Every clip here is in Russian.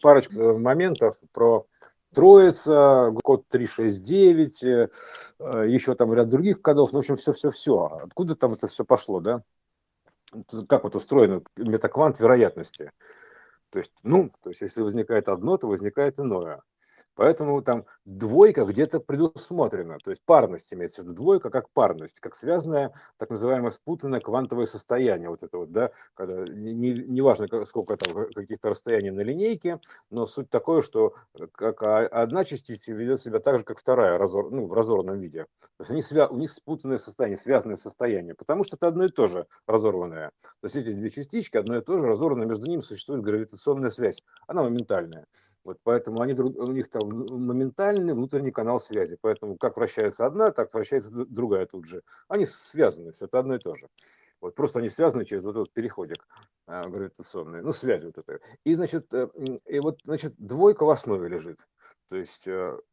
парочку моментов про Троица, код 369, еще там ряд других кодов, ну, в общем, все. Откуда там это все пошло, да? Как вот устроен метаквант вероятности? То есть, если возникает одно, то возникает иное. Поэтому там двойка где-то предусмотрена, то есть парность имеется в виду, двойка как парность, как связанное так называемое спутанное квантовое состояние, вот это вот, да, когда неважно, сколько там каких-то расстояний на линейке, но суть такое, что как одна частица ведет себя так же, как вторая, в разорванном виде. То есть у них спутанное состояние, связанное состояние, потому что это одно и то же разорванное. То есть эти две частички, одно и то же, разорванное, между ними существует гравитационная связь, она моментальная. Вот поэтому у них там моментальный внутренний канал связи. Поэтому как вращается одна, так вращается другая тут же. Они связаны, все это одно и то же. Вот просто они связаны через вот этот переходик гравитационный, ну, связь вот эта. И, значит, двойка в основе лежит. То есть,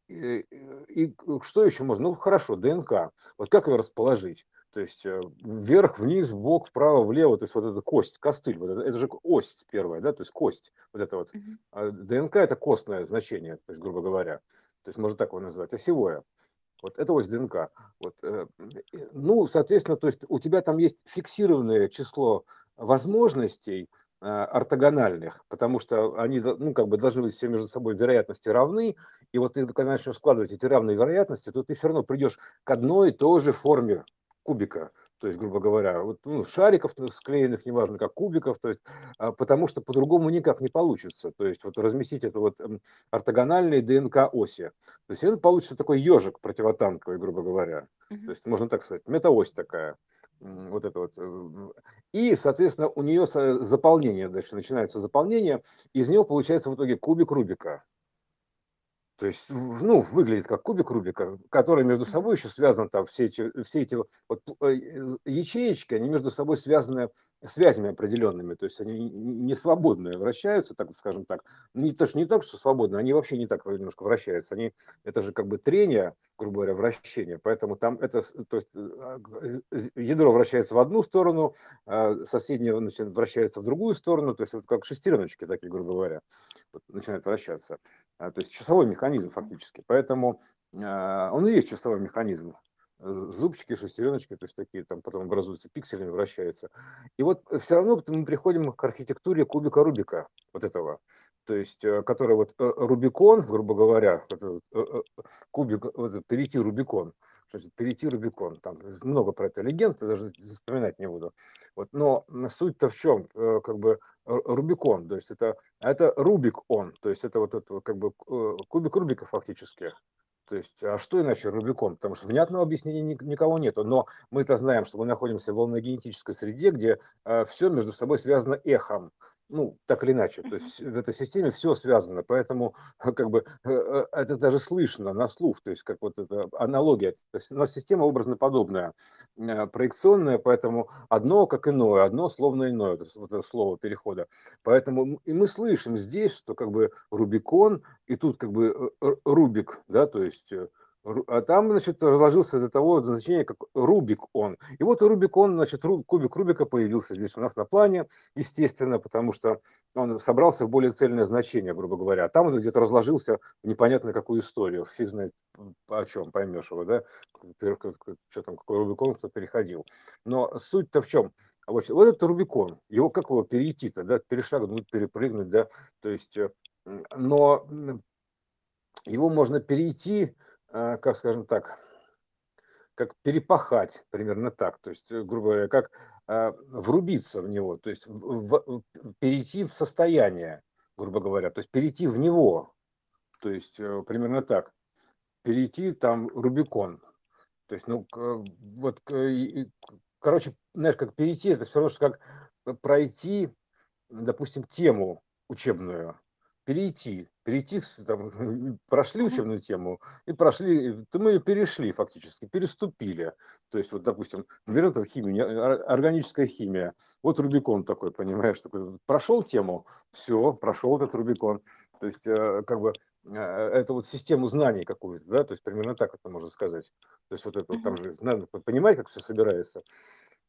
и что еще можно? Ну, хорошо, ДНК. Вот как ее расположить? То есть вверх, вниз, вбок, вправо, влево, то есть вот эта кость, костыль, вот это же ось первая, да, то есть кость, вот это вот. Мгм. А ДНК это костное значение, то есть, грубо говоря, то есть можно так его назвать, осевое. Вот это ось ДНК. Вот, ну, соответственно, то есть у тебя там есть фиксированное число возможностей ортогональных, потому что они, ну, как бы должны быть все между собой вероятности равны, и вот ты, когда начнешь складывать эти равные вероятности, то ты все равно придешь к одной и той же форме кубика, то есть, грубо говоря, вот, ну, шариков склеенных, неважно как кубиков, то есть, потому что по-другому никак не получится, то есть вот разместить это вот ортогональные ДНК-оси, то есть это получится такой ежик противотанковый, грубо говоря, то Мгм. есть можно так сказать, метаось такая, вот это вот, и, соответственно, у нее заполнение, дальше начинается заполнение, из него получается в итоге кубик Рубика. То есть, ну, выглядит как кубик Рубика, который между Мгм. собой еще связан, там все эти вот ячеечки, они между собой связаны связями определенными, то есть они не свободные вращаются, так скажем так. Не так, что свободно, они вообще не так немножко вращаются. Это же как бы трение, грубо говоря, вращение, поэтому там то есть ядро вращается в одну сторону, соседнее, значит, вращается в другую сторону, то есть вот как шестереночки такие, грубо говоря, вот начинают вращаться. То есть часовой механизм фактически. Поэтому он и есть часовой механизм. Зубчики, шестереночки, то есть такие там потом образуются пикселями, вращаются. И вот все равно мы приходим к архитектуре кубика Рубика, вот этого. То есть, который вот Рубикон, грубо говоря, кубик, вот, перейти Рубикон. Что значит перейти Рубикон? Там много про это легенд, я даже вспоминать не буду. Вот, но суть-то в чем? Как бы Рубикон, то есть это Рубик он, то есть это вот это как бы кубик Рубика фактически. То есть, а что иначе Рубикон? Потому что внятного объяснения никого нету. Но мы-то знаем, что мы находимся в волногенетической среде, где все между собой связано эхом. Ну, так или иначе. То Мгм. есть в этой системе все связано. Поэтому как бы это даже слышно на слух. То есть как вот эта аналогия. То есть у нас система образно подобная, проекционная, поэтому одно как иное, одно словно иное. То есть вот это слово перехода. Поэтому и мы слышим здесь, что как бы Рубикон, и тут как бы Рубик, да, то есть, а там, значит, разложился до того значения, как Рубик он. И вот Рубик он, значит, кубик Рубика появился здесь у нас на плане, естественно, потому что он собрался в более цельное значение, грубо говоря. А там он где-то разложился в непонятно какую историю, фиг знает о чем, поймешь его, да, что там, какой Рубикон, кто переходил. Но суть-то в чем? Вот этот Рубикон, его как его перейти-то, да, перешагнуть, перепрыгнуть, да, то есть, но его можно перейти, как скажем так, как перепахать, примерно так, то есть, грубо говоря, как врубиться в него, то есть перейти в состояние, грубо говоря, то есть перейти в него, то есть примерно так, перейти там Рубикон, то есть, ну, вот, короче, знаешь, как перейти, это все равно, что как пройти, допустим, тему учебную, перейти, там, прошли Мгм. учебную тему и прошли, то мы ее перешли фактически, переступили. То есть, вот, допустим, берем там химию, органическая химия, вот Рубикон такой, понимаешь, такой, прошел тему, все, прошел этот Рубикон. То есть, как бы, это вот систему знаний какую-то, да, то есть примерно так это можно сказать. То есть вот это вот там Мгм. же надо понимать, как все собирается.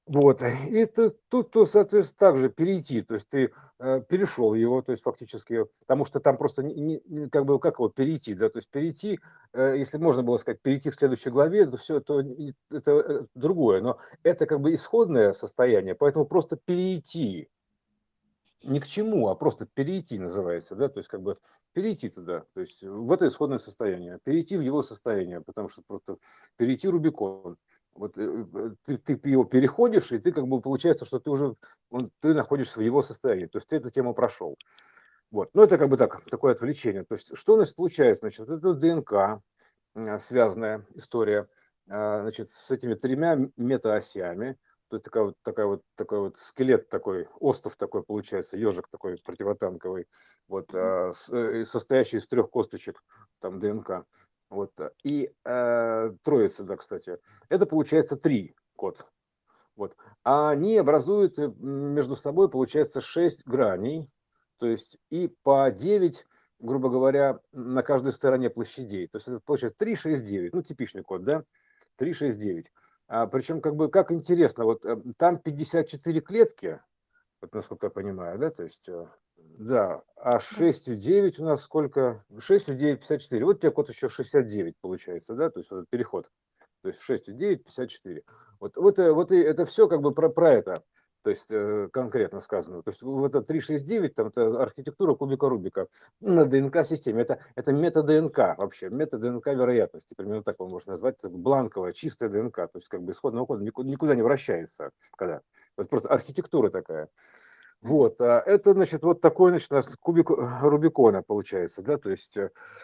Вот, и тут, то, соответственно, также перейти, то есть ты перешел его, то есть фактически, потому что там просто как бы, как вот перейти, да, то есть перейти, если можно было сказать, перейти к следующей главе, то все это другое, но это как бы исходное состояние, поэтому просто перейти, ни к чему, а просто перейти называется, да, то есть как бы перейти туда, то есть в это исходное состояние, перейти в его состояние, потому что просто перейти Рубикон. Вот ты его переходишь, и ты как бы получается, что ты уже ты находишься в его состоянии, то есть ты эту тему прошел. Вот, ну это как бы так, такое отвлечение. То есть что значит получается? Значит, это ДНК, связанная история, значит, с этими тремя метаосями. То есть такой вот скелет такой, остов такой получается, ежик такой противотанковый, вот, состоящий из трех косточек, там, ДНК. Вот, и троица, да, кстати. Это получается три код. Вот. А они образуют между собой, получается, 6 граней, то есть и по 9, грубо говоря, на каждой стороне площадей. То есть это получается 3, 6, 9. Ну, типичный код, да? 3, 6, 9. Причем, как бы, как интересно, вот там 54 клетки, вот насколько я понимаю, да, то есть, да, а Да. 6 в 9 у нас сколько? 6 в 9, 54. Вот у тебя код еще 69 получается, да, то есть вот этот переход. То есть 6 в 9, 54. Вот и это все как бы про это, то есть конкретно сказано. То есть вот это 369, там это архитектура кубика Рубика на ДНК-системе. Это мета-ДНК вообще, мета-ДНК вероятности. Примерно так его можно назвать. Это бланковая, чистая ДНК. То есть как бы исходного кода никуда не вращается. Когда. Вот просто архитектура такая. Мгм. Вот, это, значит, вот такой, значит, у нас кубик Рубикона получается, да, то есть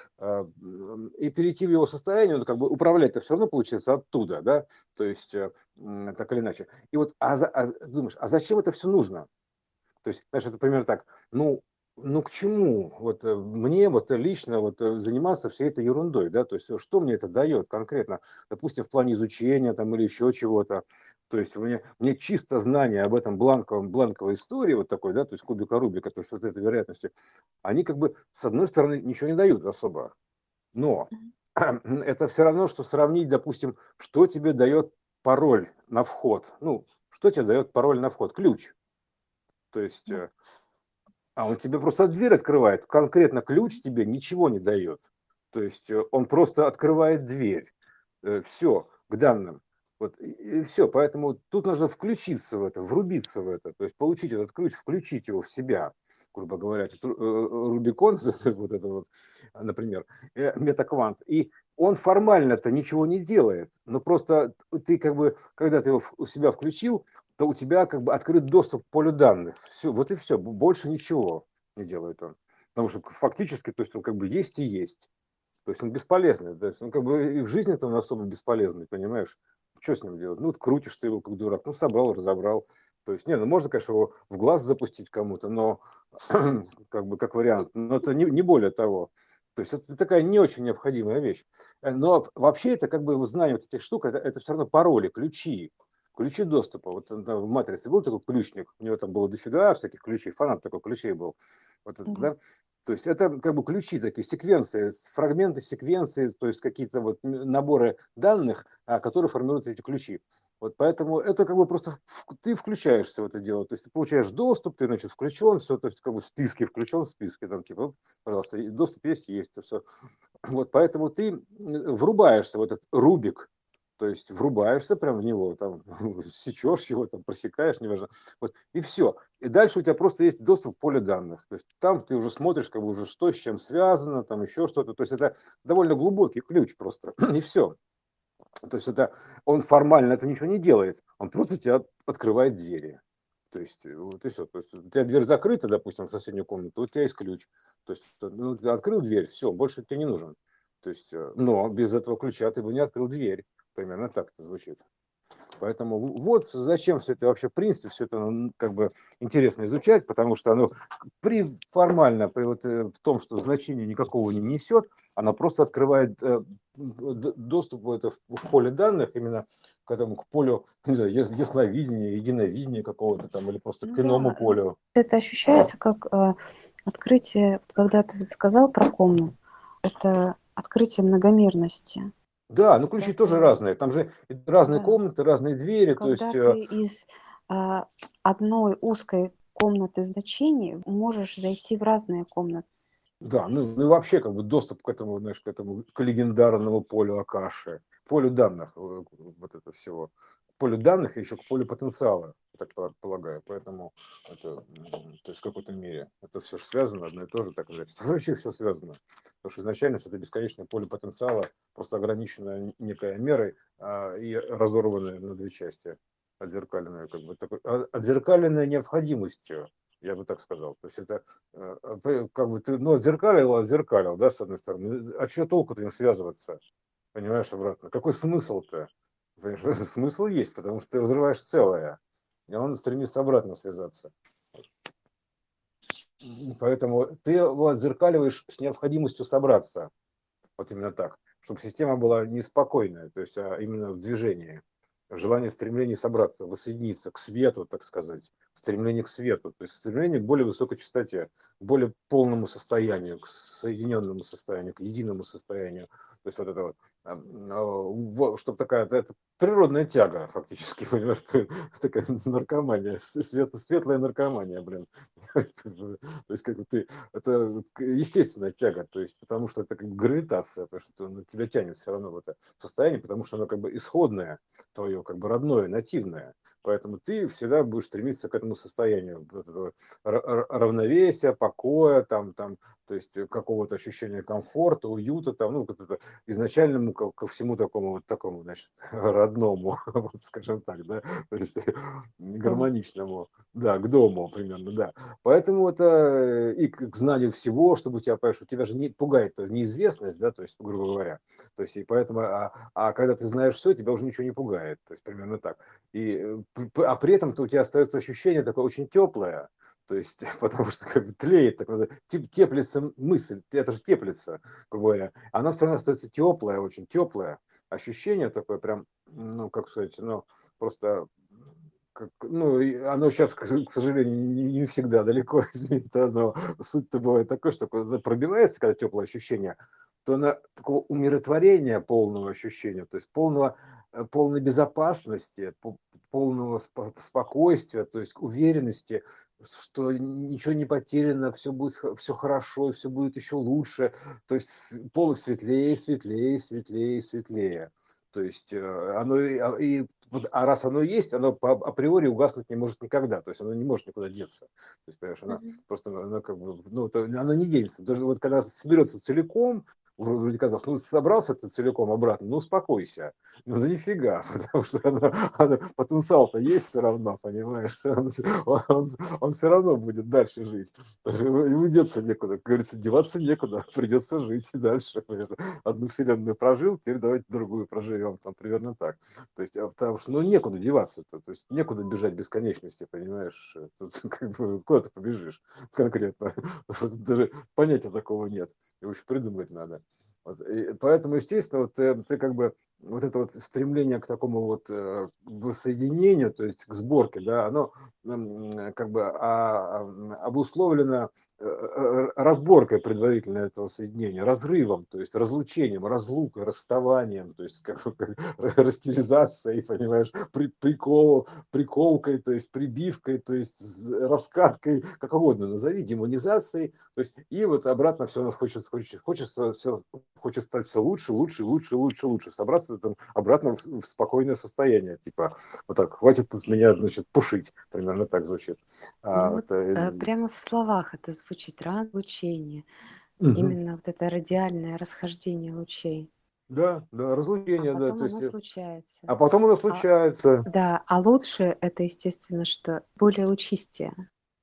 и перейти в его состояние, ну, как бы управлять-то все равно получается оттуда, да, то есть так или иначе. И вот, думаешь, а зачем это все нужно? То есть, знаешь, это примерно так, ну к чему вот мне вот лично вот заниматься всей этой ерундой, да, то есть что мне это дает конкретно, допустим, в плане изучения там или еще чего-то, то есть мне чисто знание об этом бланковой истории вот такой, да, то есть кубика Рубика, то есть вот этой вероятности, они как бы с одной стороны ничего не дают особо, но Мгм. это все равно, что сравнить, допустим, что тебе дает пароль на вход, ну, что тебе дает пароль на вход, ключ, то есть Да. он тебе просто дверь открывает. Конкретно ключ Мгм. тебе ничего не дает. То есть он просто открывает дверь. Все, к данным. Вот, и все. Поэтому тут нужно включиться в это, врубиться в это. То есть получить этот ключ, включить его в себя, грубо говоря. Этот, Рубикон, вот это вот, например, метаквант. И он формально-то ничего не делает. Но просто ты как бы, когда ты его у себя включил, то у тебя как бы открыт доступ к полю данных. Все, вот и все, больше ничего не делает он. Потому что фактически, то есть он как бы есть и есть. То есть он бесполезный. То есть он как бы и в жизни-то он особо бесполезный, понимаешь? Что с ним делать? Ну, вот крутишь ты его как дурак, ну, собрал, разобрал. То есть, не, ну, можно, конечно, его в глаз запустить кому-то, но как бы как вариант, но это не более того. То есть это такая не очень необходимая вещь. Но вообще это как бы знание вот этих штук, это все равно пароли, ключи, ключи доступа. Вот в «Матрице» был такой ключник, у него там было дофига всяких ключей, фанат такой ключей был. Вот это, Да. да? То есть это как бы ключи такие, секвенции, фрагменты секвенции, то есть какие-то вот наборы данных, которые формируют эти ключи. Вот поэтому это как бы просто ты включаешься в это дело, то есть ты получаешь доступ, ты, значит, включен, все, то есть как бы в списке включен, в списке, там типа, вот, пожалуйста, доступ есть, это все. Вот поэтому ты врубаешься в этот рубик, то есть врубаешься прям в него, там, сечешь его, там, просекаешь, неважно. Вот, и все. И дальше у тебя просто есть доступ к полю данных. То есть там ты уже смотришь, как бы уже что с чем связано, там еще что-то. То есть это довольно глубокий ключ просто. И все. То есть это он формально это ничего не делает. Он просто тебя открывает двери. То есть вот и все. То есть у тебя дверь закрыта, допустим, в соседнюю комнату, у тебя есть ключ. То есть ну, ты открыл дверь, все, больше тебе не нужен. То есть, но без этого ключа ты бы не открыл дверь. Примерно так это звучит. Поэтому вот зачем все это вообще, в принципе, все это как бы интересно изучать, потому что оно формально в том, что значения никакого не несет, оно просто открывает доступ в это в поле данных именно к этому, к полю, не знаю, ясновидения, единовидения какого-то там или просто Ну к иному да, полю. это ощущается как открытие, вот когда ты сказал про кому, это открытие многомерности. Да, ну ключи тоже Просто, разные. Там же разные да, комнаты, разные двери. То есть, когда ты из а, одной узкой комнаты значений можешь зайти в разные комнаты. да, ну и вообще как бы доступ к этому, знаешь, к легендарному полю Акаши, полю данных, вот это всего. Полю данных и еще к полю потенциала, я так полагаю. Поэтому это, то есть в какой-то мере это все же связано, одно и то же, так сказать. Вообще все связано. Потому что изначально все это бесконечное поле потенциала, просто ограниченное некой мерой и разорванное на две части, отзеркаленное, как бы, такой, отзеркаленное необходимостью, я бы так сказал. То есть это как бы ты, ну, отзеркалил, да, с одной стороны. А что толку-то им связываться, понимаешь, обратно? Какой смысл-то? Понимаешь, смысл есть, потому что ты разрываешь целое, и он стремится обратно связаться. Поэтому ты его отзеркаливаешь с необходимостью собраться, вот именно так, чтобы система была неспокойная, то есть именно в движении. Желание, стремление собраться, воссоединиться к свету, так сказать, стремление к свету, то есть стремление к более высокой частоте, к более полному состоянию, к соединенному состоянию, к единому состоянию. То есть вот это вот, чтобы такая, это природная тяга фактически, понимаешь, такая наркомания, светлая наркомания, блин. То есть как бы ты, это естественная тяга, то есть потому что это как бы гравитация, потому что на тебя тянет все равно в это состояние, потому что оно как бы исходное твое, как бы родное, нативное. Поэтому ты всегда будешь стремиться к этому состоянию вот этого равновесия, покоя, там, то есть какого-то ощущения комфорта, уюта, там, ну, вот это изначальному ко всему такому, значит, родному, вот скажем так, да, то есть Дом. гармоничному, да, к дому примерно, да. Поэтому это и к знанию всего, чтобы тебя, понимаешь, тебя же не пугает неизвестность, да, то есть, грубо говоря. То есть, и поэтому, когда ты знаешь все, тебя уже ничего не пугает. То есть, примерно так. А при этом-то у тебя остается ощущение такое очень теплое, то есть, потому что как бы тлеет, так, теплится мысль, это же теплится, грубо говоря. Она все равно остается теплая, очень теплая. Ощущение такое прям, ну, как сказать, ну, просто ну, оно сейчас, к сожалению, не всегда далеко, извините, но суть-то бывает такой, что когда пробивается, когда теплое ощущение, то она такого умиротворения полного ощущения, то есть полной безопасности, полного спокойствия, то есть уверенности, что ничего не потеряно, все будет все хорошо, все будет еще лучше, то есть полностью светлее, светлее, светлее, светлее. То есть оно раз оно есть, оно априори угаснуть не может никогда. То есть оно не может никуда деться. То есть, понимаешь, она Мгм. просто, она как бы, ну, оно не денется. Даже вот когда соберется целиком, вроде казалось, ну, собрался ты целиком обратно, ну, успокойся. Ну, да нифига, потому что потенциал-то есть все равно, понимаешь? Он все равно будет дальше жить. Ему деться некуда, как говорится, деваться некуда, придется жить и дальше. Понимаешь? Одну вселенную прожил, теперь давайте другую проживем, там примерно так. То есть, потому что, ну, некуда деваться-то, то есть некуда бежать бесконечности, понимаешь? Тут, как бы, куда ты побежишь конкретно? Даже понятия такого нет, его еще придумать надо. Вот, и поэтому, естественно, вот ты как бы вот это вот стремление к такому вот воссоединению, то есть к сборке, да, оно как бы обусловлено разборкой предварительно этого соединения, разрывом, то есть разлучением, разлукой, расставанием, то есть как растеризацией, понимаешь, приколкой, то есть прибивкой, то есть раскаткой, как угодно назови, демонизацией, то есть и вот обратно все равно хочется стать все лучше, лучше, лучше, лучше, лучше, собраться там обратно в спокойное состояние, типа вот так, хватит тут меня, значит, пушить, примерно так звучит. Ну вот Это, прямо в словах это звучит разлучение. мгм. Именно вот это радиальное расхождение лучей. Да, да, А разлучение, да, потом то есть, оно случается. а потом оно А, случается. да, а лучше это, естественно, что более лучистее,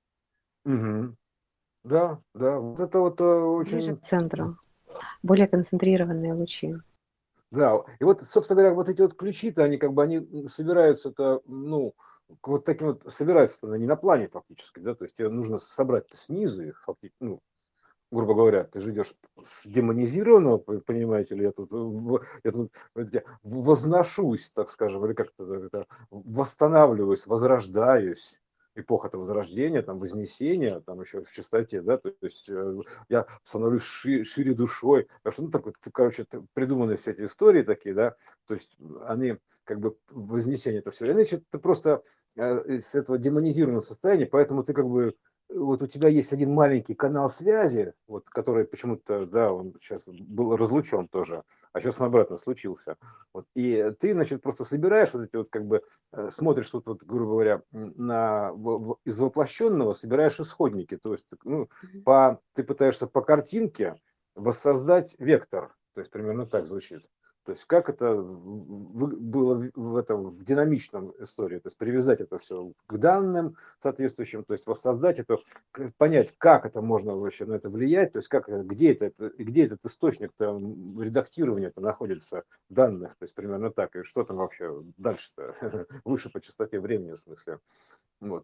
Мгм. Да, да, вот это вот ближе очень, к центру, более концентрированные лучи. да, и вот, собственно говоря, вот эти вот ключи-то, они как бы, они собираются-то, ну, вот таким вот, собираются-то не на плане фактически, да, то есть тебе нужно собрать снизу их, фактически, ну, грубо говоря, ты же идешь с демонизированного, понимаете ли, я тут возношусь, так скажем, или как-то это, восстанавливаюсь, возрождаюсь, эпоха-то Возрождения, там, Вознесения, там еще в чистоте, да, то есть я становлюсь шире душой, потому что, ну, такой, короче, придуманы все эти истории такие, да, то есть они как бы Вознесение это все, иначе ты просто из этого демонизированного состояния, поэтому ты как бы вот у тебя есть один маленький канал связи, вот, который почему-то, да, он сейчас был разлучен тоже, а сейчас он обратно случился. Вот, и ты, значит, просто собираешь вот эти вот как бы смотришь тут, вот, грубо говоря, из воплощенного собираешь исходники. То есть ну, ты пытаешься по картинке воссоздать вектор. То есть примерно так звучит. То есть как это было в динамичном истории, то есть привязать это все к данным соответствующим, то есть воссоздать это, понять, как это можно вообще на это влиять, то есть как, где этот источник редактирования находится данных, то есть примерно так, и что там вообще дальше-то, выше по частоте времени, в смысле. Вот.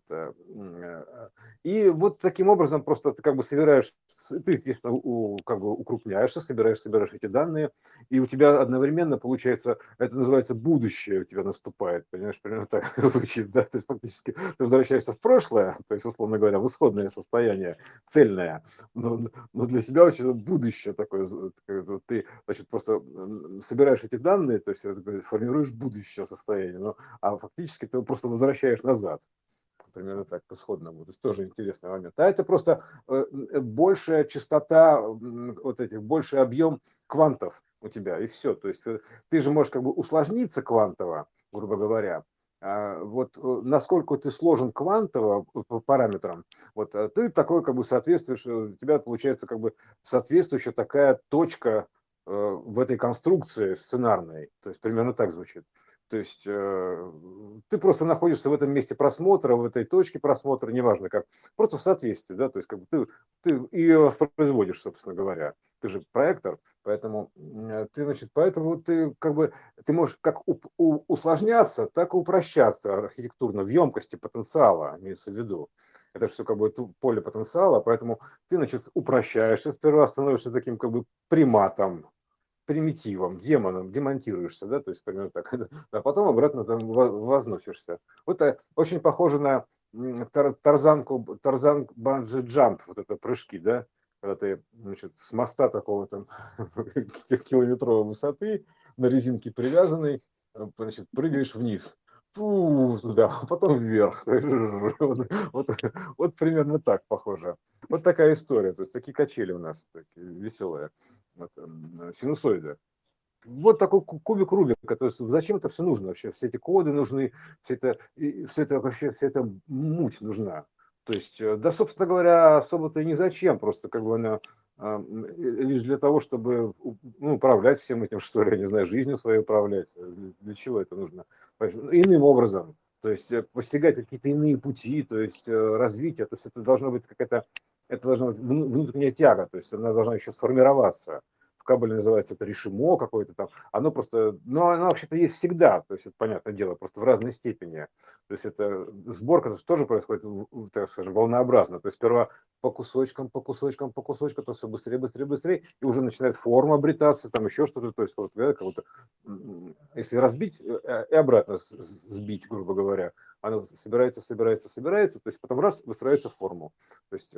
И вот таким образом просто ты как бы собираешь, ты, естественно, как бы укрупняешься, собираешь эти данные, и у тебя одновременно получается, это называется будущее у тебя наступает, понимаешь, примерно так звучит, да, то есть фактически ты возвращаешься в прошлое, то есть, условно говоря, в исходное состояние, цельное, но для себя очень будущее такое, ты, значит, просто собираешь эти данные, то есть формируешь будущее состояние, а фактически ты его просто возвращаешь назад. Примерно так, к исходному. То есть тоже интересный момент. А это просто большая частота, вот этих, больший объем квантов у тебя, и все. То есть ты же можешь как бы усложниться квантово, грубо говоря. Вот насколько ты сложен квантово по параметрам, вот ты такой как бы соответствуешь, у тебя получается как бы соответствующая такая точка в этой конструкции сценарной. То есть примерно так звучит. То есть ты просто находишься в этом месте просмотра, в этой точке просмотра, неважно как, просто в соответствии, да, то есть как бы ты ее воспроизводишь, собственно говоря. Ты же проектор, поэтому ты, значит, поэтому ты как бы ты можешь как усложняться, так и упрощаться архитектурно в емкости потенциала, имеется в виду. Это все как бы поле потенциала, поэтому ты, значит, упрощаешься сперва, становишься таким как бы приматом, примитивом, демоном, демонтируешься, да, то есть примерно так, а потом обратно там возносишься. Вот очень похоже на Тарзан банджи джамп, вот это прыжки, да, когда ты, значит, с моста такого там километровой высоты на резинке привязанный, значит, прыгаешь вниз. Фу, да, а потом вверх. Вот примерно так похоже. Вот такая история. То есть такие качели у нас, такие веселые. Вот, синусоиды. Вот такой кубик Рубика. То есть зачем это все нужно вообще? Все эти коды нужны, все это вообще, вся эта муть нужна. То есть, да, собственно говоря, особо-то и ни зачем. Просто как бы она лишь для того, чтобы управлять всем этим, что ли, я не знаю, жизнью своей управлять. Для чего это нужно? Иным образом. То есть постигать какие-то иные пути, то есть развитие. То есть это должно быть какая-то, это должна быть внутренняя тяга, то есть она должна еще сформироваться. В Кабале называется это решимо какое-то там, оно просто, ну, оно вообще-то есть всегда, то есть это понятное дело, просто в разной степени. То есть это сборка тоже происходит, так скажем, волнообразно. То есть сперва по кусочкам, по кусочкам, по кусочкам, то все быстрее, быстрее, быстрее, и уже начинает форма обретаться, там еще что-то, то есть вот как-то, если разбить и обратно сбить, грубо говоря, оно собирается, собирается, собирается, то есть потом раз, выстраивается в форму. То есть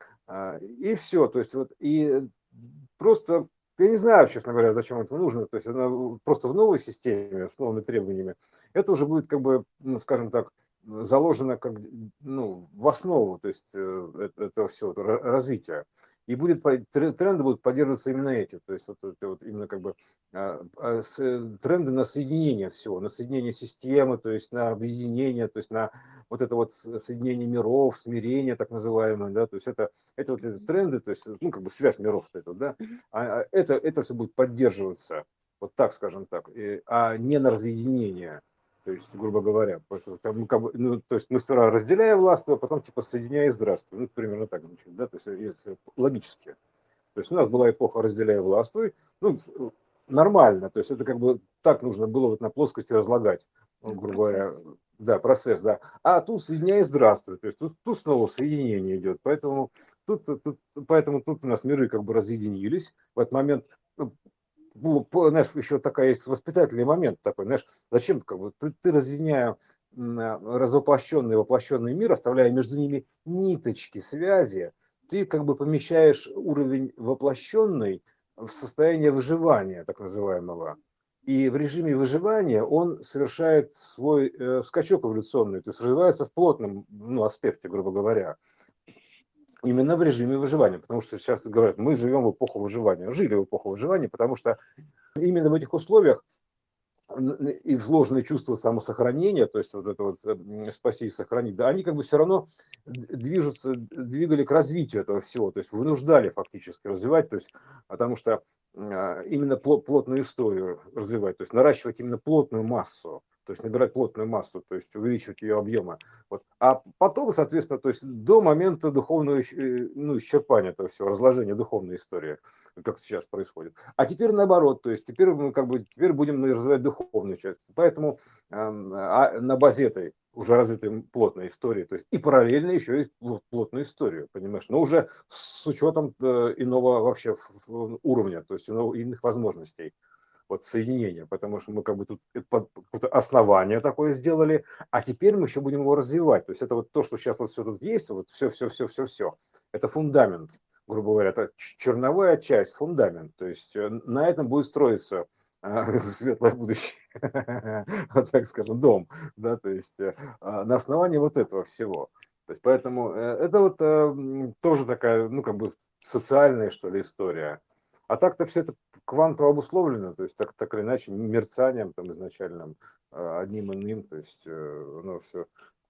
и все, то есть вот, и просто я не знаю, честно говоря, зачем это нужно. То есть она просто в новой системе, с новыми требованиями, это уже будет, как бы, ну, скажем так, заложено как, ну, в основу, то есть этого всего развития. И тренды будут поддерживаться именно эти. То есть вот, это вот именно как бы тренды на соединение всего, на соединение системы, то есть на объединение, то есть на вот это вот соединение миров, смирение так называемое, да, то есть это вот эти тренды, то есть, ну, как бы связь миров, это, да, это все будет поддерживаться, вот так, скажем так, а не на разъединение. То есть, грубо говоря, мы как бы, ну, то есть мы сперва разделяем властвуй, а потом типа соединяй и здравствуй. Ну, примерно так звучит, да, то есть логически. То есть у нас была эпоха разделяя властвуй, ну, нормально, то есть это как бы так нужно было вот на плоскости разлагать, грубо говоря, да, процесс, да. А тут соединяй и здравствуй, то есть тут снова соединение идет, поэтому тут у нас миры как бы разъединились. В этот момент, знаешь, еще такая есть воспитательный момент такой, знаешь, зачем как бы ты разъединяя развоплощенный и воплощенный мир, оставляя между ними ниточки связи, ты как бы помещаешь уровень воплощенный в состояние выживания, так называемого. И в режиме выживания он совершает свой скачок эволюционный, то есть развивается в плотном аспекте, грубо говоря. Именно в режиме выживания, потому что сейчас говорят, мы живем в эпоху выживания. Жили в эпоху выживания, потому что именно в этих условиях и вложенные чувства самосохранения, то есть вот это вот спаси и сохранить, да, они как бы все равно двигали к развитию этого всего, то есть вынуждали фактически развивать, то есть потому что именно плотную историю развивать, то есть наращивать именно плотную массу, то есть набирать плотную массу, то есть увеличивать ее объемы. Вот. А потом, соответственно, то есть до момента духовного исчерпания этого всего, разложения духовной истории, как сейчас происходит. А теперь наоборот, то есть теперь мы теперь будем развивать духовную часть. Поэтому на базе этой уже развитой плотной истории, то есть и параллельно еще и плотную историю, понимаешь, но уже с учетом иного вообще уровня, то есть иных возможностей вот соединения, потому что мы как бы тут какое-то основание такое сделали, а теперь мы еще будем его развивать. То есть это вот то, что сейчас вот все тут есть, вот все, это фундамент, грубо говоря, это черновая часть, фундамент. То есть на этом будет строиться светлое будущее, вот так скажем, дом, да, то есть на основании вот этого всего. То есть поэтому это вот тоже такая, ну, как бы социальная, что ли, история. А так-то все это квантово обусловлено, то есть так или иначе мерцанием там изначальным, одним иным, то есть оно все.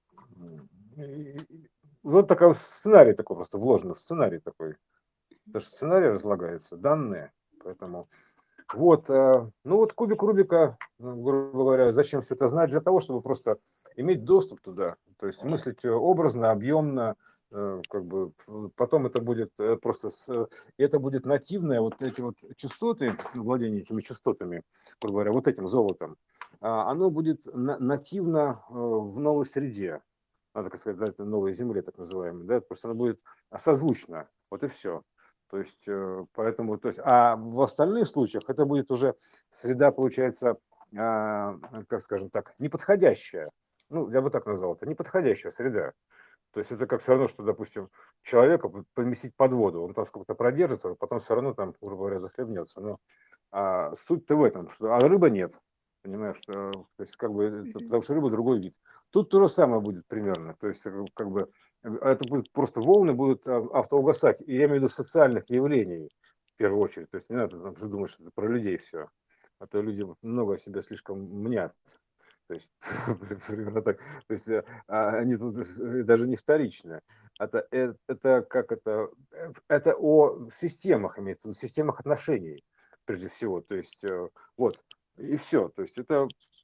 Вот такой сценарий такой просто вложен в сценарий такой. Это же сценарий разлагается, данные, поэтому вот, ну вот кубик Рубика, грубо говоря, зачем все это знать? Для того, чтобы просто иметь доступ туда, то есть мыслить образно, объемно, как бы потом это будет это будет нативное, вот эти вот частоты, владение этими частотами, грубо говоря, вот этим золотом, оно будет нативно в новой среде, надо сказать, да, это новой земле, так называемой, да, просто оно будет созвучно, вот и все. То есть, поэтому, то есть, а в остальных случаях это будет уже среда, получается, как скажем так, неподходящая. Ну, я бы так назвал это, неподходящая среда. То есть это как все равно, что, допустим, человека поместить под воду, он там сколько-то продержится, а потом все равно там, грубо говоря, захлебнется. Но суть-то в этом, что рыба нет. Понимаешь, что, то есть как бы, потому что рыба другой вид. Тут то же самое будет примерно. То есть как бы это будет просто волны будут автоугасать. И я имею в виду социальных явлений в первую очередь. То есть не надо там же думать, что это про людей все. А то люди много о себе слишком мнят. То есть, примерно так. То есть они тут даже не вторичны. Это как это о системах имеется в виду, системах отношений прежде всего. То есть вот и все. То есть это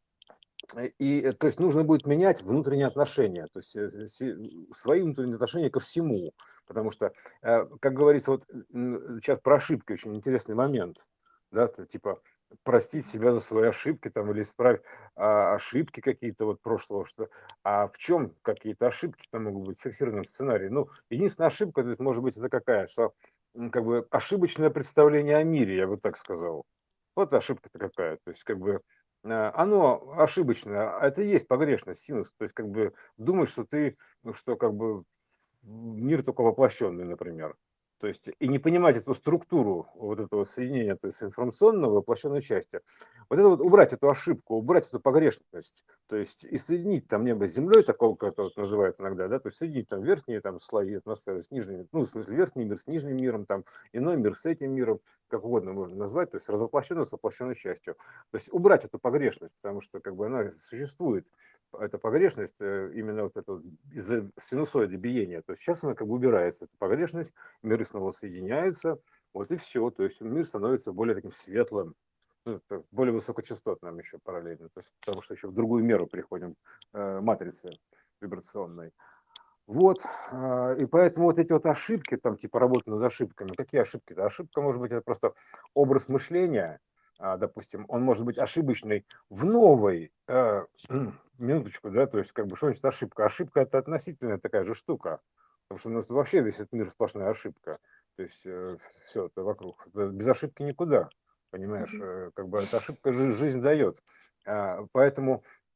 то есть нужно будет менять внутренние отношения, то есть свои внутренние отношения ко всему, потому что, как говорится, вот сейчас про ошибки очень интересный момент, да, типа простить себя за свои ошибки там или исправить ошибки какие-то вот прошлого, что, а в чем какие-то ошибки там могут быть в фиксированном сценарии? Ну, единственная ошибка, то есть, может быть, это какая, что как бы ошибочное представление о мире, я бы так сказал. Вот ошибка-то какая, то есть как бы оно ошибочное, это и есть погрешность, синус. То есть как бы думать, что ты, ну, что как бы мир только воплощенный, например. То есть и не понимать эту структуру вот этого соединения, то есть информационного и воплощенной части. Вот это вот убрать эту ошибку, убрать эту погрешность, то есть и соединить там небо с землей, такого, как это вот называют иногда, да, то есть соединить там верхние там слои атмосферы с нижними, ну, в смысле верхний мир с нижним миром, там иной мир с этим миром, как угодно можно назвать, то есть развоплощенное с воплощенной частью. То есть убрать эту погрешность, потому что как бы она существует, эта погрешность, именно вот это из-за синусоида биения. То есть сейчас она как бы убирается, эта погрешность, миры снова соединяются, вот и все. То есть мир становится более таким светлым, ну, более высокочастотным еще параллельно, то есть, потому что еще в другую меру переходим матрицы вибрационной. Вот, и поэтому вот эти вот ошибки, там типа работы над ошибками, какие ошибки? Ошибка может быть это просто образ мышления, допустим, он может быть ошибочный в новой, минуточку, да, то есть как бы что значит ошибка? Ошибка это относительная такая же штука, потому что у нас вообще весь этот мир сплошная ошибка, то есть все это вокруг, без ошибки никуда, понимаешь, как бы эта ошибка жизнь дает, поэтому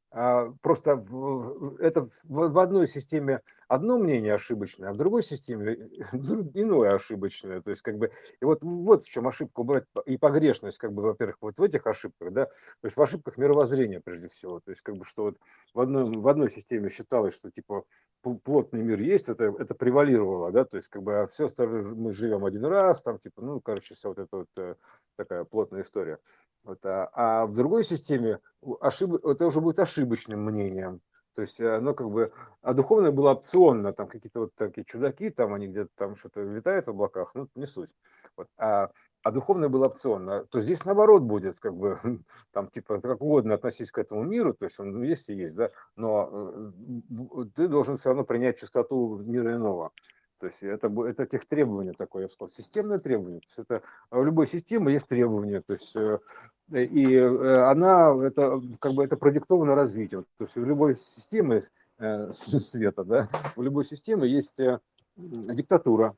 Просто это в одной системе одно мнение ошибочное, а в другой системе иное ошибочное. То есть, как бы, и вот в чем ошибка убрать и погрешность, как бы, во-первых, вот в этих ошибках, да, то есть в ошибках мировоззрения прежде всего. То есть, как бы, что вот в одной системе считалось, что типа плотный мир есть, это превалировало, да, то есть, как бы, а все остальное мы живем один раз, там, типа, ну, короче, вся вот эта вот такая плотная история. Вот, а в другой системе это уже будет ошибочным мнением. То есть оно как бы, а духовное было опционно, там какие-то вот такие чудаки, там они где-то там что-то витают в облаках, ну, не суть. Вот. А духовное было опционно, то здесь наоборот будет, как бы, там, типа, как угодно относись к этому миру, то есть он есть и есть, да, но ты должен все равно принять чистоту мира иного. То есть это тех требования такое, я бы сказал, системное требование. То есть это в любой системе есть требования, то есть и она, это как бы это продиктовано развитием. То есть в любой системе света, да, у любой системы есть диктатура.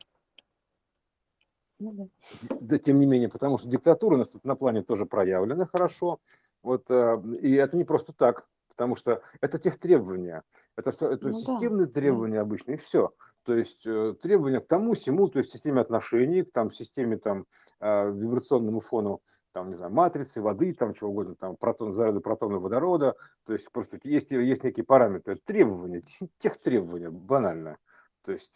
Ну да. Да, тем не менее, потому что диктатура у нас тут на плане тоже проявлена хорошо. Вот, и это не просто так, потому что это тех требования. Это все, это Ну да, системные да. требования обычно, и все. То есть требования к тому, сему, то есть системе отношений, к там, системе там, вибрационному фону, там, не знаю, матрицы, воды, там, чего угодно, там, заряды протона, водорода. То есть просто есть некие параметры, требования, тех требования, банально. То есть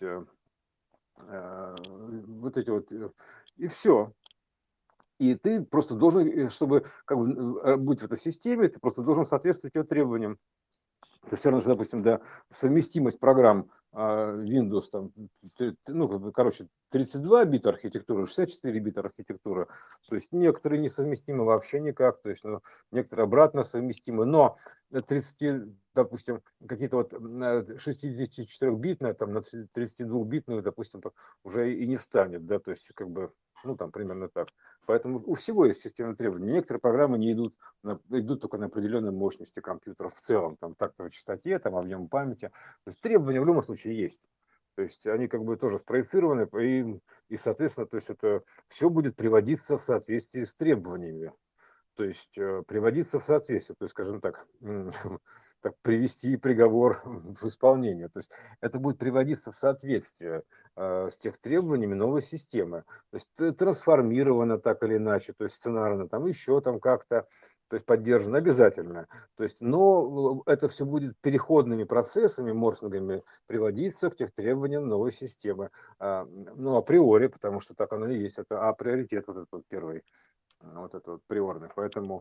вот эти вот, и все. И ты просто должен, чтобы как бы, быть в этой системе, ты просто должен соответствовать ее требованиям. Это все равно, что, допустим, да, совместимость программ Windows, там, ну, как бы, короче, 32 бита архитектуры, 64 бита архитектура. То есть некоторые несовместимы вообще никак, то есть, ну, некоторые обратно совместимы, но 30, допустим, какие-то вот 64-битные, там, на 32-битную, допустим, уже и не встанет, да, то есть, как бы, ну, там, примерно так. Поэтому у всего есть системные требования. Некоторые программы не идут идут только на определенной мощности компьютеров в целом, там тактовой частоте, там объем памяти. То есть требования в любом случае есть. То есть они как бы тоже спроецированы, соответственно, то есть это все будет приводиться в соответствии с требованиями. То есть приводиться в соответствие, то есть, скажем так, так привести приговор в исполнение. То есть это будет приводиться в соответствие с тех требованиями новой системы. То есть трансформировано так или иначе, то есть сценарно, там еще там как-то, то есть поддержано обязательно. То есть, но это все будет переходными процессами, морфингами приводиться к тех требованиям новой системы. Ну, априори, потому что так оно и есть. Это приоритет вот этот вот первый, вот это вот приорный. Поэтому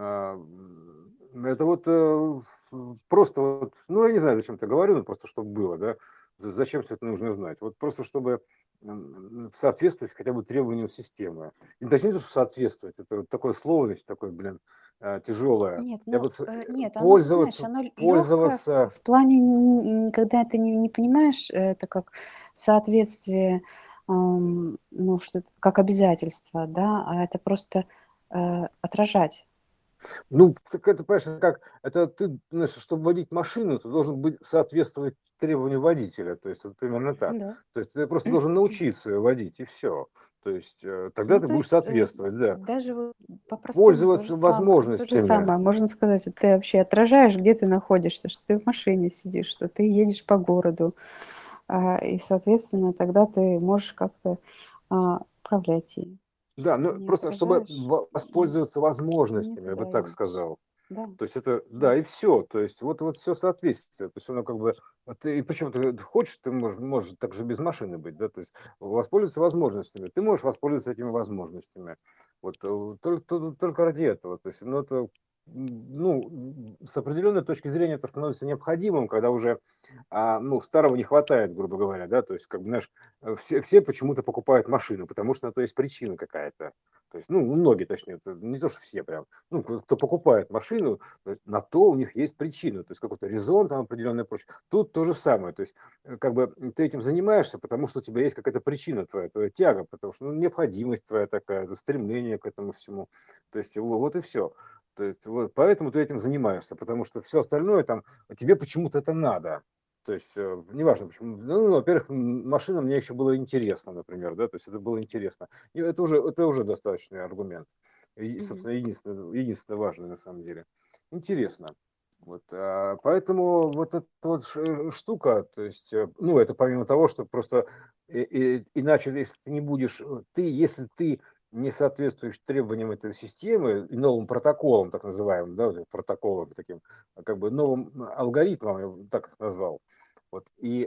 это вот просто вот, ну, я не знаю, зачем это говорю, но просто чтобы было, да, зачем все это нужно знать. Вот просто чтобы соответствовать хотя бы требованиям системы. И точнее, не то, что соответствовать, это вот такое слово, значит, такое, блин, тяжелое. Нет, Я ну, вот нет, оно, ты знаешь, пользоваться, оно легкое пользоваться, в плане, когда ты не понимаешь, это как соответствие, ну, что как обязательство, да, а это просто отражать. ну, так это, понимаешь, это как, это ты, знаешь, чтобы водить машину, ты должен быть соответствовать требованию водителя, то есть вот примерно так. Да. То есть ты просто должен научиться её водить, и все. То есть тогда Ну, ты то будешь есть соответствовать, да. даже вот по-простому Пользоваться то же возможностями. самое. Можно сказать, вот ты вообще отражаешь, где ты находишься, что ты в машине сидишь, что ты едешь по городу, и, соответственно, тогда ты можешь как-то управлять ей. Да, ну Не просто чтобы отражаешь, воспользоваться не возможностями, я бы туда так едешь. сказал. Да, То есть это, да. да, и все. То есть вот все соответствие. То есть оно как бы, и причем ты хочешь, ты можешь также без машины быть, да, то есть воспользоваться возможностями. Ты можешь воспользоваться этими возможностями. Вот только ради этого. То есть, ну, это, ну, с определенной точки зрения это становится необходимым, когда уже, ну, старого не хватает, грубо говоря, да, то есть, как бы, знаешь, все почему-то покупают машину, потому что на то есть причина какая-то. То есть, ну, многие, точнее, это не то, что все прям, ну, кто покупает машину, на то у них есть причина, то есть какой-то резон там определенный, прочее. Тут то же самое, то есть как бы ты этим занимаешься, потому что у тебя есть какая-то причина твоя тяга, потому что, ну, необходимость твоя такая, стремление к этому всему, то есть вот и все. То есть, вот, поэтому ты этим занимаешься, потому что все остальное там тебе почему-то это надо. То есть неважно почему. Ну, во-первых, машина мне еще было интересно, например, да, то есть это было интересно. И это уже достаточный аргумент. И, Мгм. собственно, единственное важное на самом деле. Интересно. Вот, поэтому вот эта вот штука, то есть, ну, это помимо того, что просто иначе, если ты не будешь, если ты не соответствуешь требованиям этой системы и новым протоколам, так называемым, да, вот этим протоколам таким, как бы новым алгоритмам, я бы так их назвал, вот, и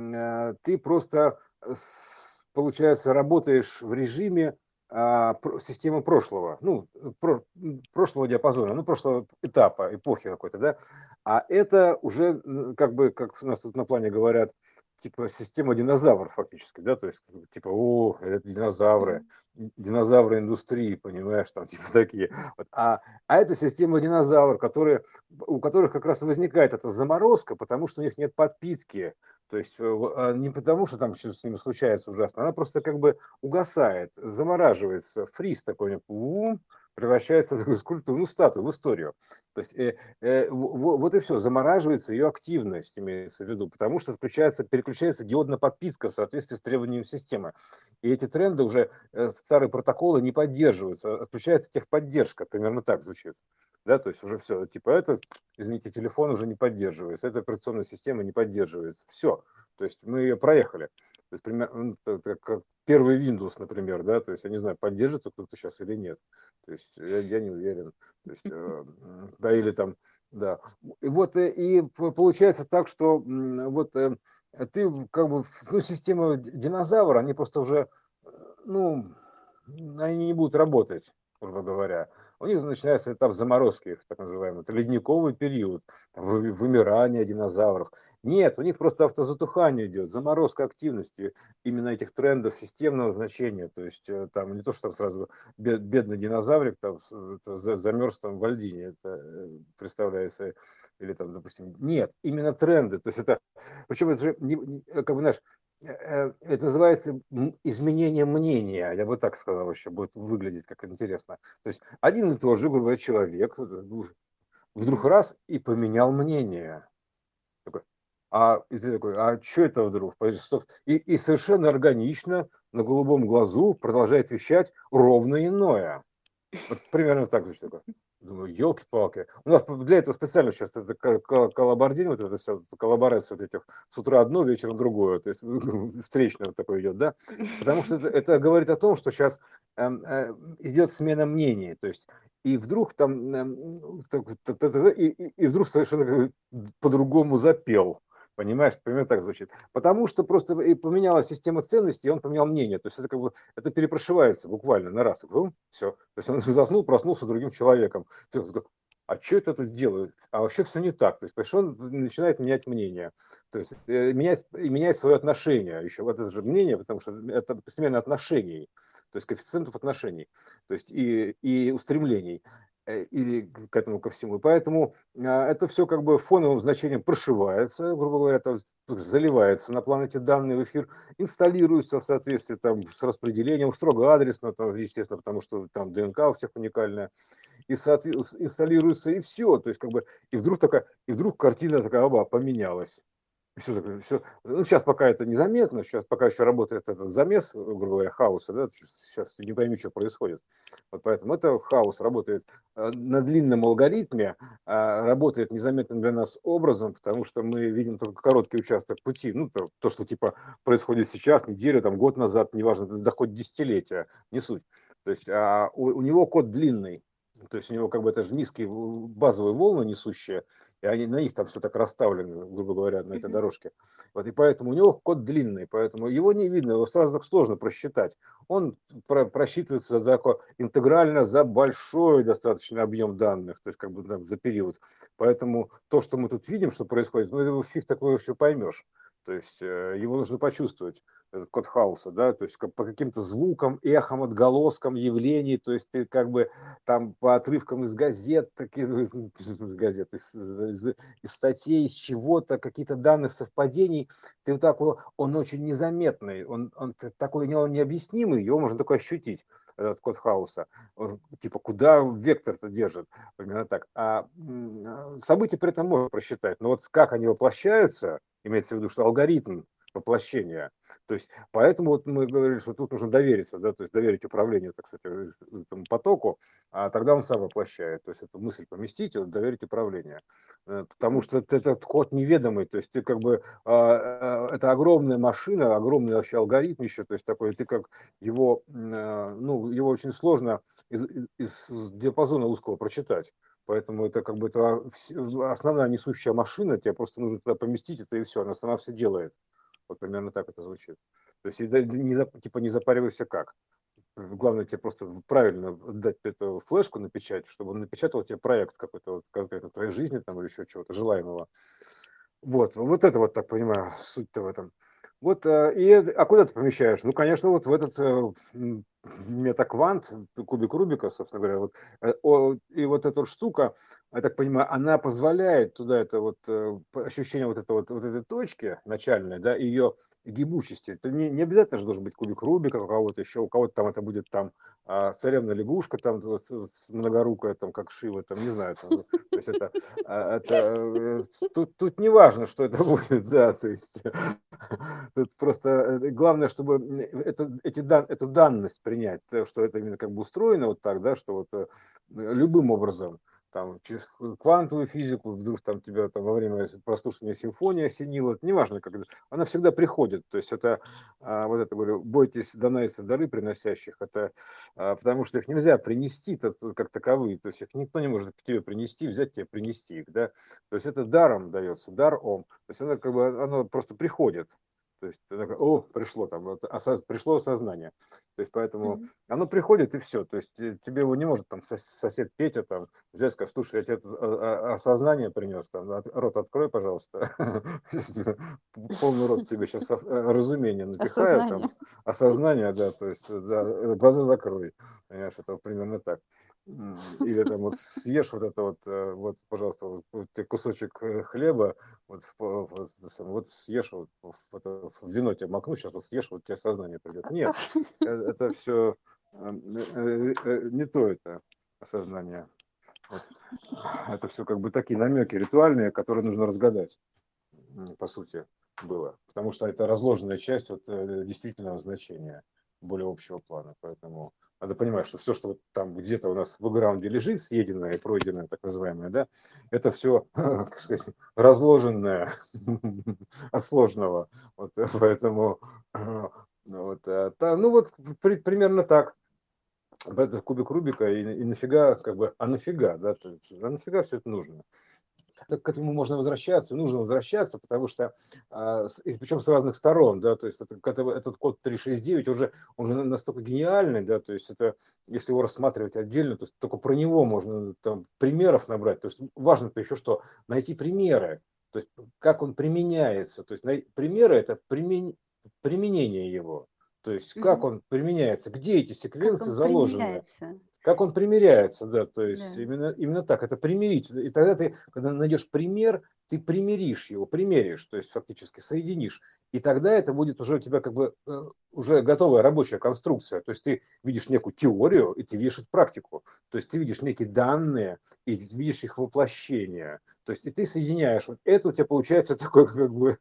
ты просто, получается, работаешь в режиме системы прошлого, ну, прошлого диапазона, ну, прошлого этапа, эпохи какой-то, да, а это уже, как бы, как у нас тут на плане говорят, типа система динозавров фактически, да, то есть типа, о, это динозавры, Мгм. динозавры индустрии, понимаешь, там типа такие. Вот. А это система динозавров, у которых как раз возникает эта заморозка, потому что у них нет подпитки. То есть не потому, что там что-то с ними случается ужасно, она просто как бы угасает, замораживается, фриз такой, превращается в такую скульптуру, ну, статую, в историю. То есть вот и все, замораживается ее активность, имеется в виду, потому что переключается диодная подпитка в соответствии с требованиями системы. И эти тренды уже старые протоколы не поддерживаются, отключается техподдержка, примерно так звучит. Да, то есть уже все, типа извините, телефон уже не поддерживается, эта операционная система не поддерживается. Все, то есть мы ее проехали. То есть примерно как первый Windows, например, да, то есть я не знаю, поддержит кто-то сейчас или нет. То есть я не уверен. То есть, да, или там, да. И вот получается так, что вот ты как бы, ну, система динозавра, они просто уже, ну, они не будут работать, грубо говоря. У них начинается этап заморозки, так называемый, это ледниковый период, вымирание динозавров. Нет, у них просто автозатухание идет, заморозка активности именно этих трендов системного значения. То есть там не то, что там сразу бедный динозаврик там замерз там в льдине, это представляется, или там, допустим, нет, именно тренды. То есть это, причем это же, как бы, знаешь, это называется изменение мнения, я бы так сказал, еще будет выглядеть как интересно. То есть один и тот же, грубо говоря, человек вдруг Мгм. раз и поменял мнение. Такой, и ты такой, а что это вдруг? И совершенно органично на голубом глазу продолжает вещать ровно иное. Вот примерно так звучит такое. Думаю, елки-палки. У нас для этого специально сейчас это коллабордин, вот это все, коллаборация вот этих, с утра одно, вечером другое, то есть встречное вот такое идет, да, потому что это говорит о том, что сейчас идет смена мнений, то есть и вдруг там, и вдруг совершенно как бы по-другому запел, понимаешь, примерно так звучит, потому что просто и поменялась система ценностей, и он поменял мнение, то есть это как бы это перепрошивается буквально на раз. Все. То есть он заснул, проснулся другим человеком. А что это тут делают? А вообще все не так. То есть он начинает менять мнение. То есть менять свое отношение. Еще вот это же мнение, потому что это смена отношений. То есть коэффициентов отношений. То есть и устремлений и к этому ко всему. И поэтому это все как бы фоновым значением прошивается, грубо говоря, заливается на планете данные в эфир, инсталируется в соответствии там, с распределением, строго адресно, там, естественно, потому что там ДНК у всех уникальная, и инсталируется, и все. То есть, как бы, и вдруг картина такая, оба, поменялась. Все такое, все. Ну, сейчас пока это незаметно, сейчас пока еще работает этот замес, грубо говоря, хаоса, да, сейчас ты не пойми, что происходит. Вот поэтому это хаос работает на длинном алгоритме, работает незаметным для нас образом, потому что мы видим только короткий участок пути, ну, то что типа происходит сейчас, неделю, там, год назад, неважно, доходит десятилетия, не суть. То есть у него код длинный, то есть у него как бы это же низкие базовые волны несущие, и они на них там все так расставлено, грубо говоря, на этой Мгм. дорожке. Вот, и поэтому у него код длинный, поэтому его не видно, его сразу так сложно просчитать. Он просчитывается интегрально за большой достаточно объем данных, то есть как бы за период. Поэтому то, что мы тут видим, что происходит, ну, его фиг такое еще поймешь. То есть его нужно почувствовать, этот код хаоса, да, то есть по каким-то звукам, эхам, отголоскам явлений, то есть ты как бы там по отрывкам из газет, из газет, из статей, из чего-то, какие-то данных совпадений, ты вот так он очень незаметный, он такой необъяснимый, его можно только ощутить, этот код хаоса. Типа, куда вектор-то держит, примерно так. События при этом можно просчитать, но вот как они воплощаются, имеется в виду, что алгоритм воплощения. То есть поэтому вот мы говорили, что тут нужно довериться, да, то есть доверить управлению, так сказать, этому потоку, а тогда он сам воплощает. То есть эту мысль поместить, вот, доверить управлению. Потому что этот ход неведомый, то есть ты как бы, это огромная машина, огромный вообще алгоритм еще, то есть такой, ты как его, ну, его очень сложно из диапазона узкого прочитать. Поэтому это как бы это основная несущая машина, тебе просто нужно туда поместить это и все, она сама все делает. Вот примерно так это звучит. То есть типа не запаривайся как. Главное тебе просто правильно дать эту флешку напечатать, чтобы он напечатал тебе проект какой-то вот конкретно твоей жизни там или еще чего-то желаемого. Вот это вот, так понимаю, суть-то в этом. Вот, а куда ты помещаешь? Ну, конечно, вот в этот метаквант, кубик Рубика, собственно говоря, вот, и вот эта вот штука, я так понимаю, она позволяет туда это вот ощущение вот этой точки начальной, да, ее гибучести. Это не обязательно же должен быть кубик Рубика у кого-то еще, у кого-то там это будет там царевна лягушка там многорукая, там как Шива, там не знаю, там, то есть тут не важно, что это будет, да, то есть тут просто главное, чтобы эту данность принять, что это именно как бы устроено вот так, да, что вот любым образом, там, через квантовую физику, вдруг там тебя там во время прослушивания симфонии осенило, это неважно, когда, она всегда приходит, то есть это, вот это говорю, бойтесь донайса дары приносящих, это потому что их нельзя принести как таковые, то есть их никто не может к тебе принести, взять тебе, принести их, да, то есть это даром дается, дар ом, то есть оно как бы, оно просто приходит, то есть о, пришло там, пришло осознание, то есть поэтому Мгм. оно приходит и все, то есть тебе его не может там сосед Петя там взять, сказать, слушай, я тебе осознание принес, там, рот открой, пожалуйста, полный рот тебе сейчас разумение напихаю, Осознание. там, осознание, да, то есть да, глаза закрой, понимаешь, это примерно так. Или там вот съешь вот это вот, пожалуйста, вот ты кусочек хлеба, вот съешь, в вино тебе макну, сейчас вот съешь, вот тебе сознание придет. Нет, это все не то это осознание. Вот. Это все как бы такие намеки ритуальные, которые нужно разгадать, по сути, было. Потому что это разложенная часть вот, действительного значения, более общего плана. Поэтому надо понимать, что все, что вот там где-то у нас в бэкграунде лежит, съеденное и пройденное, так называемое, да, это все, как сказать, разложенное от сложного. Вот, поэтому, ну вот примерно так. Это кубик Рубика и нафига, как бы, а нафига, да, а нафига все это нужно? К этому можно возвращаться, нужно возвращаться, потому что, причем с разных сторон, да, то есть этот код 369 он же настолько гениальный, да, то есть это, если его рассматривать отдельно, то есть только про него можно там примеров набрать, то есть важно-то еще что, найти примеры, то есть как он применяется, то есть примеры это применение его, то есть как Мгм. он применяется, где эти Как секвенции он заложены, примеряется? как он С чё примиряется, да, то есть Да. именно так, это примирить. И тогда ты, когда найдешь пример, ты примиришь его, примеришь, то есть фактически соединишь. И тогда это будет уже у тебя как бы уже готовая рабочая конструкция. То есть ты видишь некую теорию, и ты видишь эту практику. То есть ты видишь некие данные, и ты видишь их воплощение. То есть и ты соединяешь, вот это у тебя получается такой как бы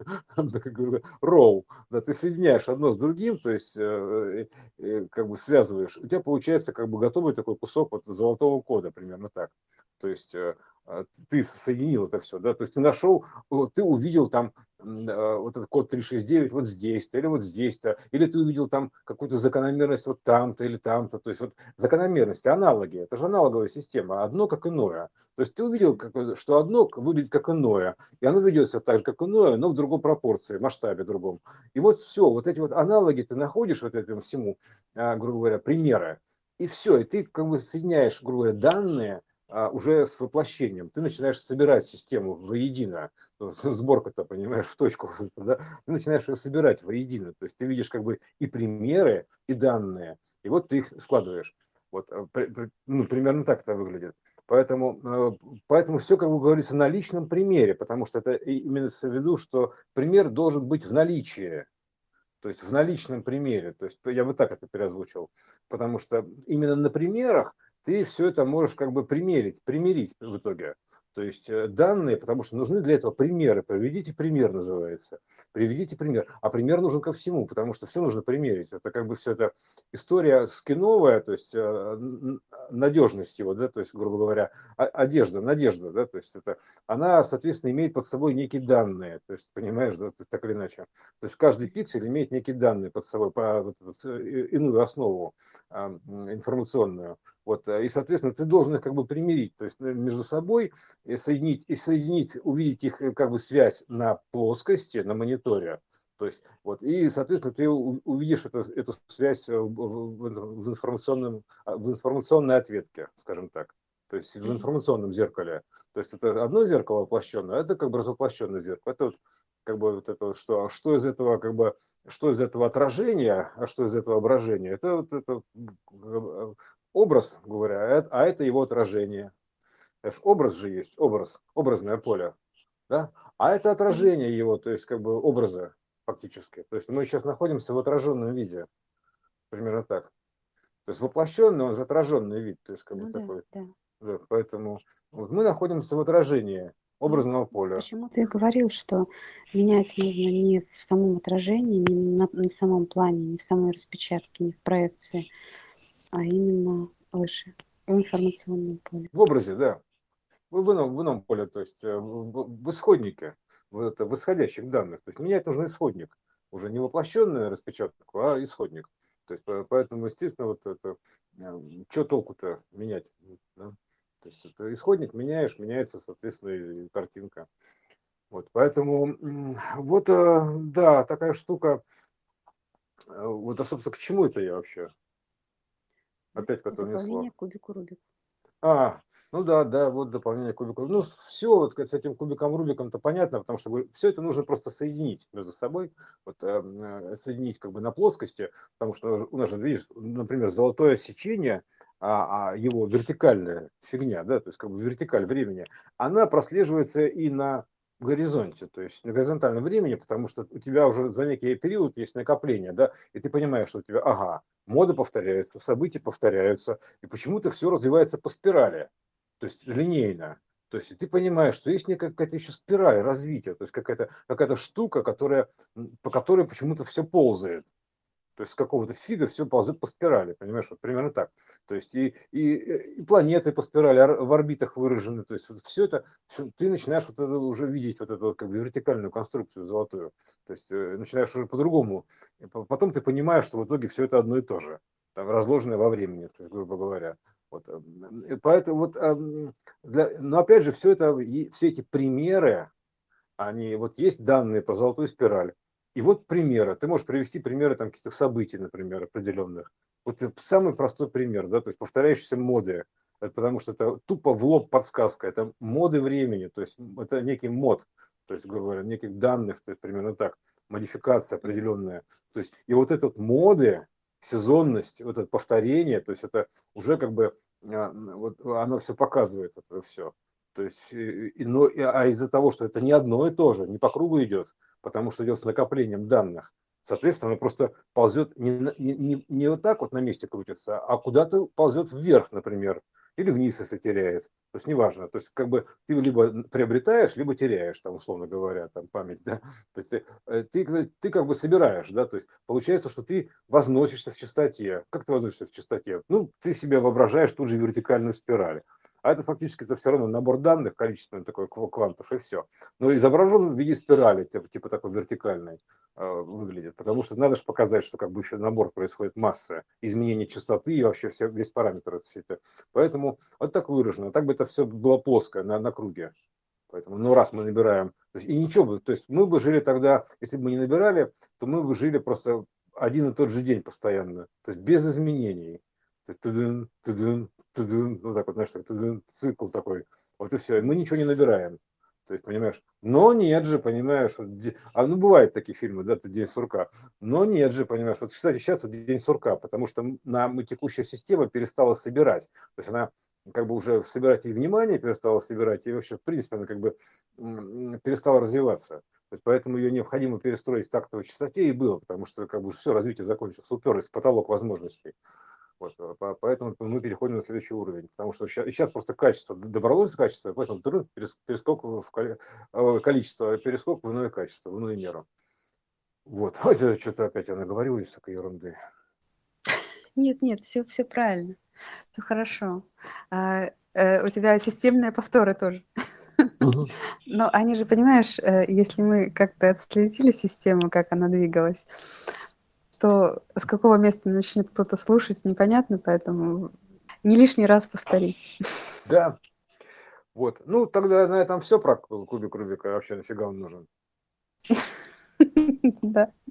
роу, да, ты соединяешь одно с другим, то есть как бы связываешь, у тебя получается как бы готовый такой кусок вот золотого кода, примерно так. То есть ты соединил это все, да, то есть ты нашел, ты увидел там вот этот код 369 вот здесь-то, или вот здесь-то, или ты увидел там какую-то закономерность вот там-то или там-то, то есть вот закономерности, аналоги, это же аналоговая система, одно как иное. То есть ты увидел, что одно выглядит как иное, и оно ведется так же, как иное, но в другой пропорции, масштабе другом. И вот все, вот эти вот аналоги ты находишь вот этому всему, грубо говоря, примеры, и все, и ты как бы соединяешь, грубо говоря, данные уже с воплощением. Ты начинаешь собирать систему воедино, сборка-то, понимаешь, в точку, да? Ты начинаешь ее собирать воедино. То есть ты видишь как бы и примеры, и данные, и вот ты их складываешь. Вот, ну, примерно так это выглядит. Поэтому все, как бы говорится, на личном примере, потому что это имеется в виду, что пример должен быть в наличии. То есть в наличном примере. То есть я бы так это переозвучил. Потому что именно на примерах ты все это можешь как бы примерить в итоге. То есть данные, потому что нужны для этого примеры. Приведите пример, называется. Приведите пример. А пример нужен ко всему, потому что все нужно примерить. Это как бы все это история скиновая, то есть надежность его, да, то есть, грубо говоря, одежда, надежда, да, то есть это, она, соответственно, имеет под собой некие данные, то есть, понимаешь, да, то есть, так или иначе. То есть каждый пиксель имеет некие данные под собой, по вот, иную основу информационную. Вот, и, соответственно, ты должен их как бы примирить, то есть между собой соединить, увидеть их как бы связь на плоскости, на мониторе. То есть, вот, и, соответственно, ты увидишь эту связь в информационной ответке, скажем так. То есть в информационном зеркале. То есть это одно зеркало воплощенное, а это как бы развоплощенное зеркало. Это вот как бы вот это вот, что из этого как бы, что из этого отражения, а что из этого ображения. Это вот это образ, говоря, а это его отражение. Образ же есть, образное поле, да? А это отражение его, то есть как бы образа фактически. То есть мы сейчас находимся в отраженном виде, примерно так. То есть воплощенный, он же отраженный вид, то есть как бы Ну да, такой. да. Да, поэтому вот мы находимся в отражении Ну, образного поля. почему ты говорил, что менять нужно не в самом отражении, не на самом плане, не в самой распечатке, не в проекции, а именно выше, в информационном поле. В образе, да. В ином поле, то есть в исходнике, в исходящих данных. То есть менять нужно исходник. Уже не воплощенную распечатку, а исходник. То есть поэтому, естественно, вот это, что толку-то менять? Да? То есть это исходник меняешь, меняется, соответственно, и картинка. Вот, поэтому вот, да, такая штука. Вот, а, собственно, к чему это я вообще? Опять Это куда-то дополнение унесло. к кубику Рубика. А, ну да, да, вот дополнение кубика. Ну, все вот с этим кубиком Рубиком-то понятно, потому что все это нужно просто соединить между собой, вот, соединить как бы на плоскости, потому что у нас же, видишь, например, золотое сечение, а его вертикальная фигня, да, то есть как бы вертикаль времени, она прослеживается и на горизонте, то есть на горизонтальном времени, потому что у тебя уже за некий период есть накопление, да, и ты понимаешь, что у тебя, ага, моды повторяются, события повторяются, и почему-то все развивается по спирали, то есть линейно. То есть ты понимаешь, что есть некая какая-то еще спираль развития, то есть какая-то штука, по которой почему-то все ползает. То есть с какого-то фига все ползет по спирали, понимаешь, вот примерно так. То есть и планеты по спирали в орбитах выражены, то есть вот все это, ты начинаешь вот это уже видеть вот эту вот как бы вертикальную конструкцию золотую, то есть начинаешь уже по-другому. Потом ты понимаешь, что в итоге все это одно и то же, там, разложенное во времени, то есть, грубо говоря. Вот, поэтому вот, но опять же, все эти примеры, они, вот есть данные про золотую спираль, и вот примеры. Ты можешь привести примеры там каких-то событий, например, определенных. Вот самый простой пример, да, то есть повторяющиеся моды. Это потому что это тупо в лоб подсказка. Это моды времени, то есть это некий мод, то есть, грубо говоря, неких данных, то есть примерно так, модификация определенная. То есть и вот этот моды, сезонность, вот это повторение, то есть это уже как бы вот оно все показывает, это все. То есть, а из-за того, что это не одно и то же, не по кругу идет, потому что идет с накоплением данных, соответственно, оно просто ползет не вот так вот на месте крутится, а куда-то ползет вверх, например, или вниз, если теряет. То есть неважно. То есть как бы ты либо приобретаешь, либо теряешь, там, условно говоря, там, память. Да? То есть ты как бы собираешь, да, то есть получается, что ты возносишься в частоте. Как ты возносишься в частоте? Ну, ты себе воображаешь тут же вертикальную спираль. А это фактически это все равно набор данных, количественный такой квантов, и все. Но изображен в виде спирали, типа такой вертикальной выглядит. Потому что надо же показать, что как бы еще набор происходит, масса, изменения частоты и вообще весь параметр. Все это. Поэтому вот так выражено. Так бы это все было плоско, на круге. Поэтому, ну, раз мы набираем, то есть, и ничего бы, то есть мы бы жили тогда, если бы мы не набирали, то мы бы жили просто один и тот же день постоянно, то есть без изменений. Тыдын, тыдын, тыдын, ну так вот, знаешь, так, тыдын, цикл такой. Вот и все. И мы ничего не набираем. То есть, понимаешь, но нет же, понимаешь, вот, ну бывают такие фильмы, да, День сурка, но нет же, понимаешь, вот, кстати, сейчас вот День сурка, потому что нам текущая система перестала собирать, то есть она как бы уже собирать и внимание перестала собирать, и вообще, в принципе, она как бы перестала развиваться. То есть, поэтому ее необходимо перестроить в тактовой частоте и было, потому что как бы все развитие закончилось, уперлось в потолок возможностей. Вот, поэтому мы переходим на следующий уровень, потому что сейчас просто качество добралось до качества, поэтому перескок количество, перескок в иное качество, в иную меру. Вот, это что-то опять я наговорил из такой ерунды. Нет, все правильно, все хорошо. У тебя системные повторы тоже. Но они же, понимаешь, если мы как-то отследили систему, как она двигалась, то с какого места начнет кто-то слушать, непонятно, поэтому не лишний раз повторить. Да, вот. Ну, тогда на этом все про кубик Рубика. Вообще нафига он нужен? Да.